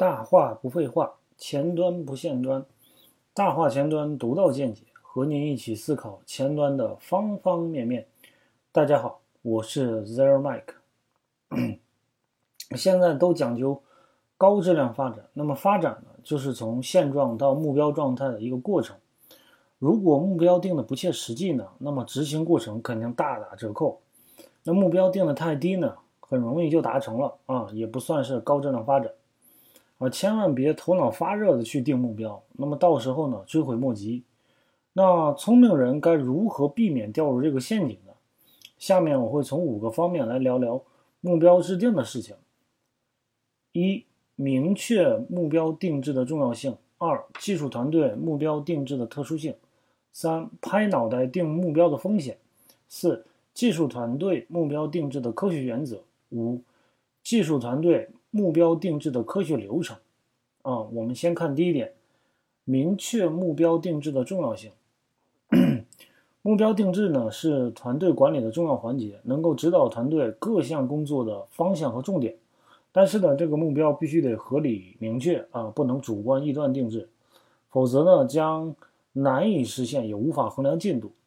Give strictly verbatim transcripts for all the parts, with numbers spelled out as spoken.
大话不废话，前端不限端，大话前端独到见解，和您一起思考前端的方方面面。大家好，我是 Zero Mike。现在都讲究高质量发展，那么发展呢，就是从现状到目标状态的一个过程。如果目标定的不切实际呢，那么执行过程肯定大打折扣。那目标定的太低呢，很容易就达成了啊，也不算是高质量发展。啊，千万别头脑发热的去定目标，那么到时候呢，追悔莫及。那聪明人该如何避免掉入这个陷阱呢？下面我会从五个方面来聊聊目标制定的事情。一、明确目标定制的重要性；二、技术团队目标定制的特殊性；三、拍脑袋定目标的风险；四、技术团队目标定制的科学原则；五、技术团队目标定制的科学流程。啊，我们先看第一点，明确目标定制的重要性。目标定制呢，是团队管理的重要环节，能够指导团队各项工作的方向和重点。但是呢，这个目标必须得合理明确啊，不能主观臆断定制，否则呢，将难以实现，也无法衡量进度。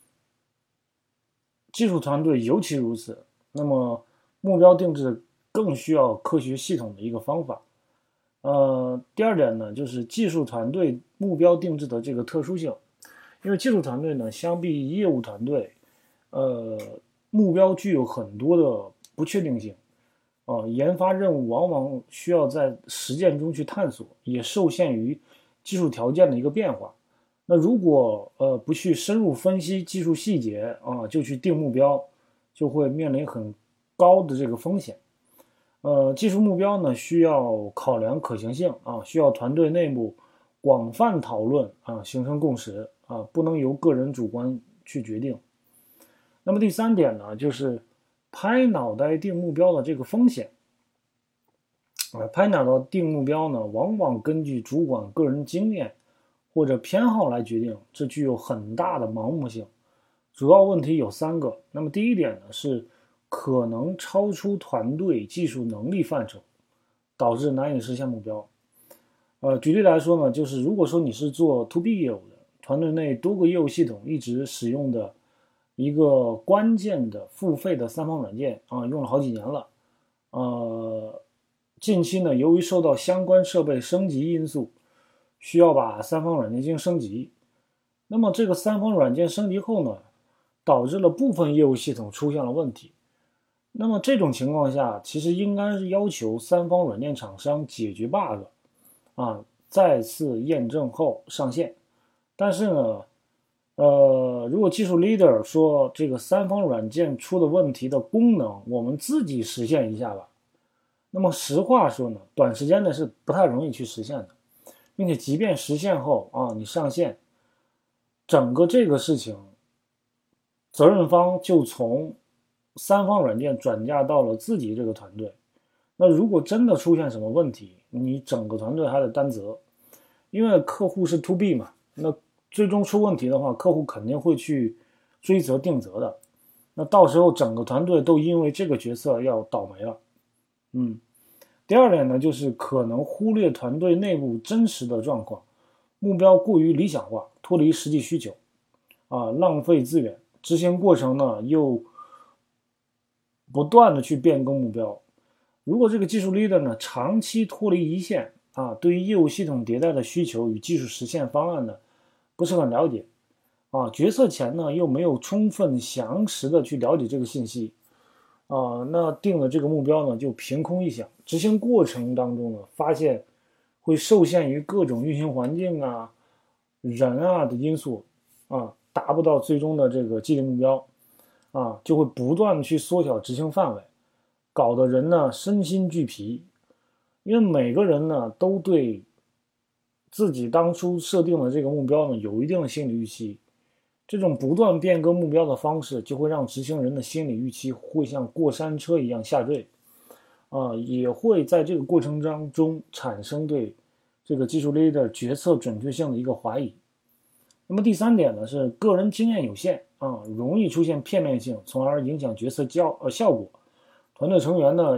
技术团队尤其如此，那么目标定制更需要科学系统的一个方法。呃，第二点呢，就是技术团队目标定制的这个特殊性。因为技术团队呢，相比业务团队，呃，目标具有很多的不确定性，啊、呃，研发任务往往需要在实践中去探索，也受限于技术条件的一个变化。那如果呃不去深入分析技术细节啊、呃，就去定目标，就会面临很高的这个风险。呃，技术目标呢，需要考量可行性啊，需要团队内部广泛讨论啊，形成共识啊，不能由个人主观去决定。那么第三点呢，就是拍脑袋定目标的这个风险。啊，拍脑袋定目标呢，往往根据主管个人经验或者偏好来决定，这具有很大的盲目性。主要问题有三个。那么第一点呢，是可能超出团队技术能力范畴，导致难以实现目标。呃，举例来说呢，就是如果说你是做 to B 业务的，团队内多个业务系统一直使用的一个关键的付费的三方软件啊，用了好几年了。呃，近期呢，由于受到相关设备升级因素，需要把三方软件进行升级。那么这个三方软件升级后呢，导致了部分业务系统出现了问题。那么这种情况下，其实应该是要求三方软件厂商解决 bug。啊，再次验证后上线。但是呢，呃，如果技术 leader 说这个三方软件出的问题的功能，我们自己实现一下吧。那么实话说呢，短时间内是不太容易去实现的，并且即便实现后啊，你上线，整个这个事情，责任方就从三方软件转嫁到了自己这个团队。那如果真的出现什么问题，你整个团队还得担责，因为客户是 to B 嘛，那最终出问题的话，客户肯定会去追责定责的，那到时候整个团队都因为这个角色要倒霉了。嗯，第二点呢，就是可能忽略团队内部真实的状况，目标过于理想化，脱离实际需求，啊，浪费资源，执行过程呢又不断的去变更目标。如果这个技术 leader 呢长期脱离一线啊，对于业务系统迭代的需求与技术实现方案呢不是很了解啊，决策前呢又没有充分详实的去了解这个信息啊，那定了这个目标呢就凭空一想，执行过程当中呢发现会受限于各种运行环境啊、人啊的因素啊，达不到最终的这个既定目标啊，就会不断的去缩小执行范围。搞得人呢身心俱疲，因为每个人呢都对自己当初设定的这个目标呢有一定的心理预期，这种不断变更目标的方式就会让执行人的心理预期会像过山车一样下坠，啊、呃，也会在这个过程当中产生对这个技术 leader 决策准确性的一个怀疑。那么第三点呢是个人经验有限啊、呃，容易出现片面性，从而影响决策效呃效果。团队成员呢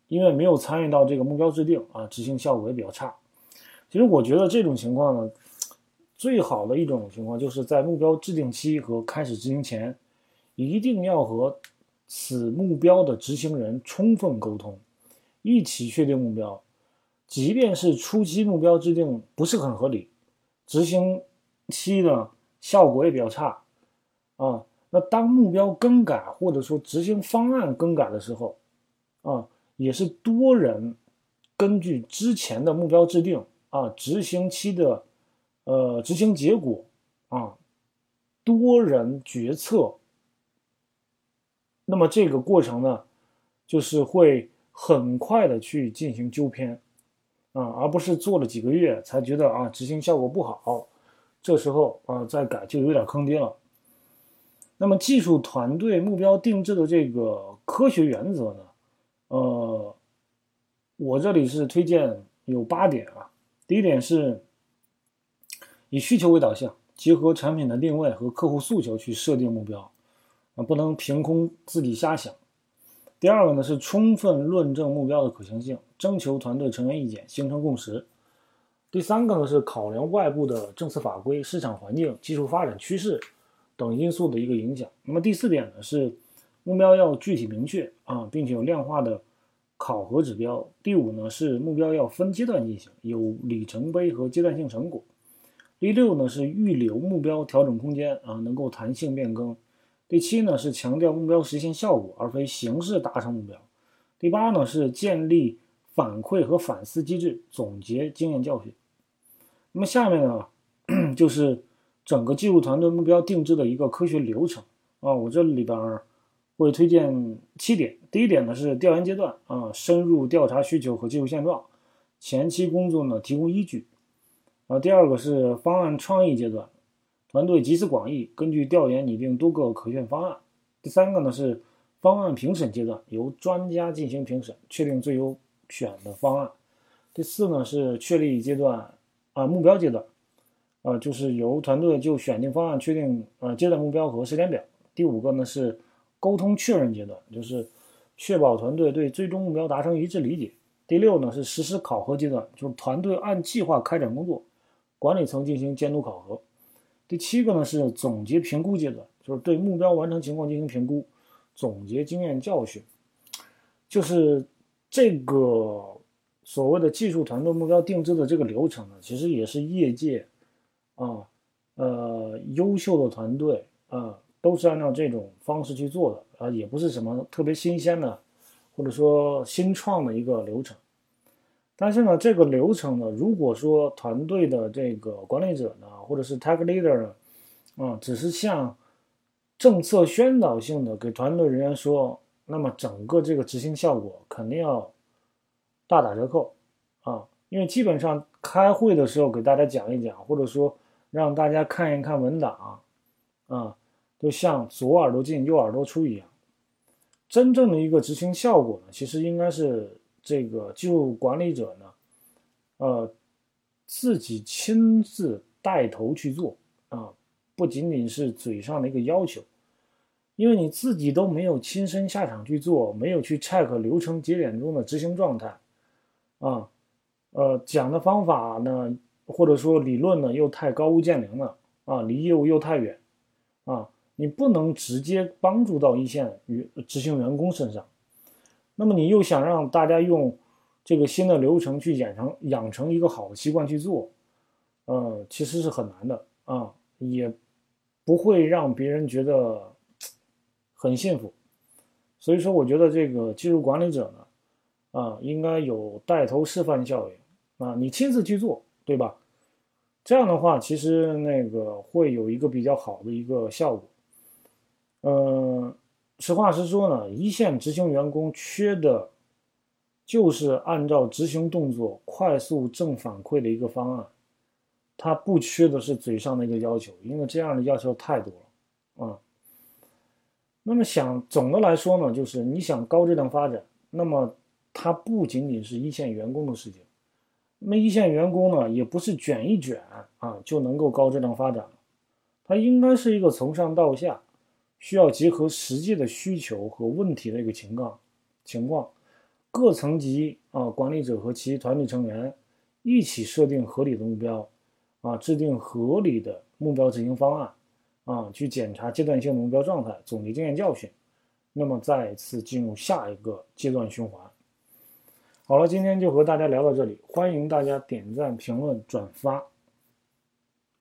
因为没有参与到这个目标制定啊，执行效果也比较差。其实我觉得这种情况呢，最好的一种情况就是在目标制定期和开始执行前，一定要和此目标的执行人充分沟通，一起确定目标。即便是初期目标制定不是很合理，执行期呢效果也比较差啊，那当目标更改或者说执行方案更改的时候啊，也是多人根据之前的目标制定啊，执行期的呃执行结果啊，多人决策，那么这个过程呢，就是会很快的去进行纠偏啊，而不是做了几个月才觉得啊执行效果不好，这时候啊再改就有点坑爹了。那么技术团队目标定制的这个科学原则呢，呃，我这里是推荐有八点啊。第一点是以需求为导向，结合产品的定位和客户诉求去设定目标啊，不能凭空自己瞎想。第二个呢是充分论证目标的可行性，征求团队成员意见，形成共识。第三个呢是考量外部的政策法规、市场环境、技术发展趋势等因素的一个影响。那么第四点呢是目标要具体明确啊，并且有量化的考核指标。第五呢是目标要分阶段进行，有里程碑和阶段性成果。第六呢是预留目标调整空间啊，能够弹性变更。第七呢是强调目标实现效果，而非形式达成目标。第八呢是建立反馈和反思机制，总结经验教训。那么下面呢就是整个技术团队目标定制的一个科学流程啊，我这里边会推荐七点。第一点呢是调研阶段啊，深入调查需求和技术现状，前期工作呢提供依据啊。第二个是方案创意阶段，团队集思广益，根据调研拟定多个可选方案。第三个呢是方案评审阶段，由专家进行评审，确定最优选的方案。第四呢是确立阶段啊目标阶段，啊就是由团队就选定方案确定啊阶段目标和时间表。第五个呢是沟通确认阶段，就是确保团队对最终目标达成一致理解。第六呢是实施考核阶段，就是团队按计划开展工作，管理层进行监督考核。第七个呢是总结评估阶段，就是对目标完成情况进行评估，总结经验教训。就是这个所谓的技术团队目标定制的这个流程呢，其实也是业界啊呃优秀的团队啊都是按照这种方式去做的啊，也不是什么特别新鲜的或者说新创的一个流程。但是呢，这个流程呢，如果说团队的这个管理者呢，或者是 tech leader 呢，啊，只是像政策宣导性的给团队人员说，那么整个这个执行效果肯定要大打折扣啊，因为基本上开会的时候给大家讲一讲，或者说让大家看一看文档啊，就像左耳朵进右耳朵出一样。真正的一个执行效果呢，其实应该是这个技术管理者呢，呃，自己亲自带头去做啊，不仅仅是嘴上的一个要求，因为你自己都没有亲身下场去做，没有去 check 流程节点中的执行状态啊，呃，讲的方法呢，或者说理论呢，又太高屋建瓴了啊，离业务又太远啊。你不能直接帮助到一线执行员工身上，那么你又想让大家用这个新的流程去养成养成一个好的习惯去做，呃，其实是很难的啊，也不会让别人觉得很幸福。所以说，我觉得这个技术管理者呢，啊，应该有带头示范效应啊，你亲自去做，对吧？这样的话，其实那个会有一个比较好的一个效果。呃，实话实说呢，一线执行员工缺的就是按照执行动作快速正反馈的一个方案，他不缺的是嘴上的一个要求，因为这样的要求太多了啊。那么想总的来说呢，就是你想高质量发展，那么它不仅仅是一线员工的事情，那么一线员工呢，也不是卷一卷啊就能够高质量发展了，它应该是一个从上到下。需要结合实际的需求和问题的一个情况，情况各层级啊管理者和其团队成员一起设定合理的目标，啊，制定合理的目标执行方案，啊，去检查阶段性的目标状态，总结经验教训，那么再次进入下一个阶段循环。好了，今天就和大家聊到这里，欢迎大家点赞、评论、转发。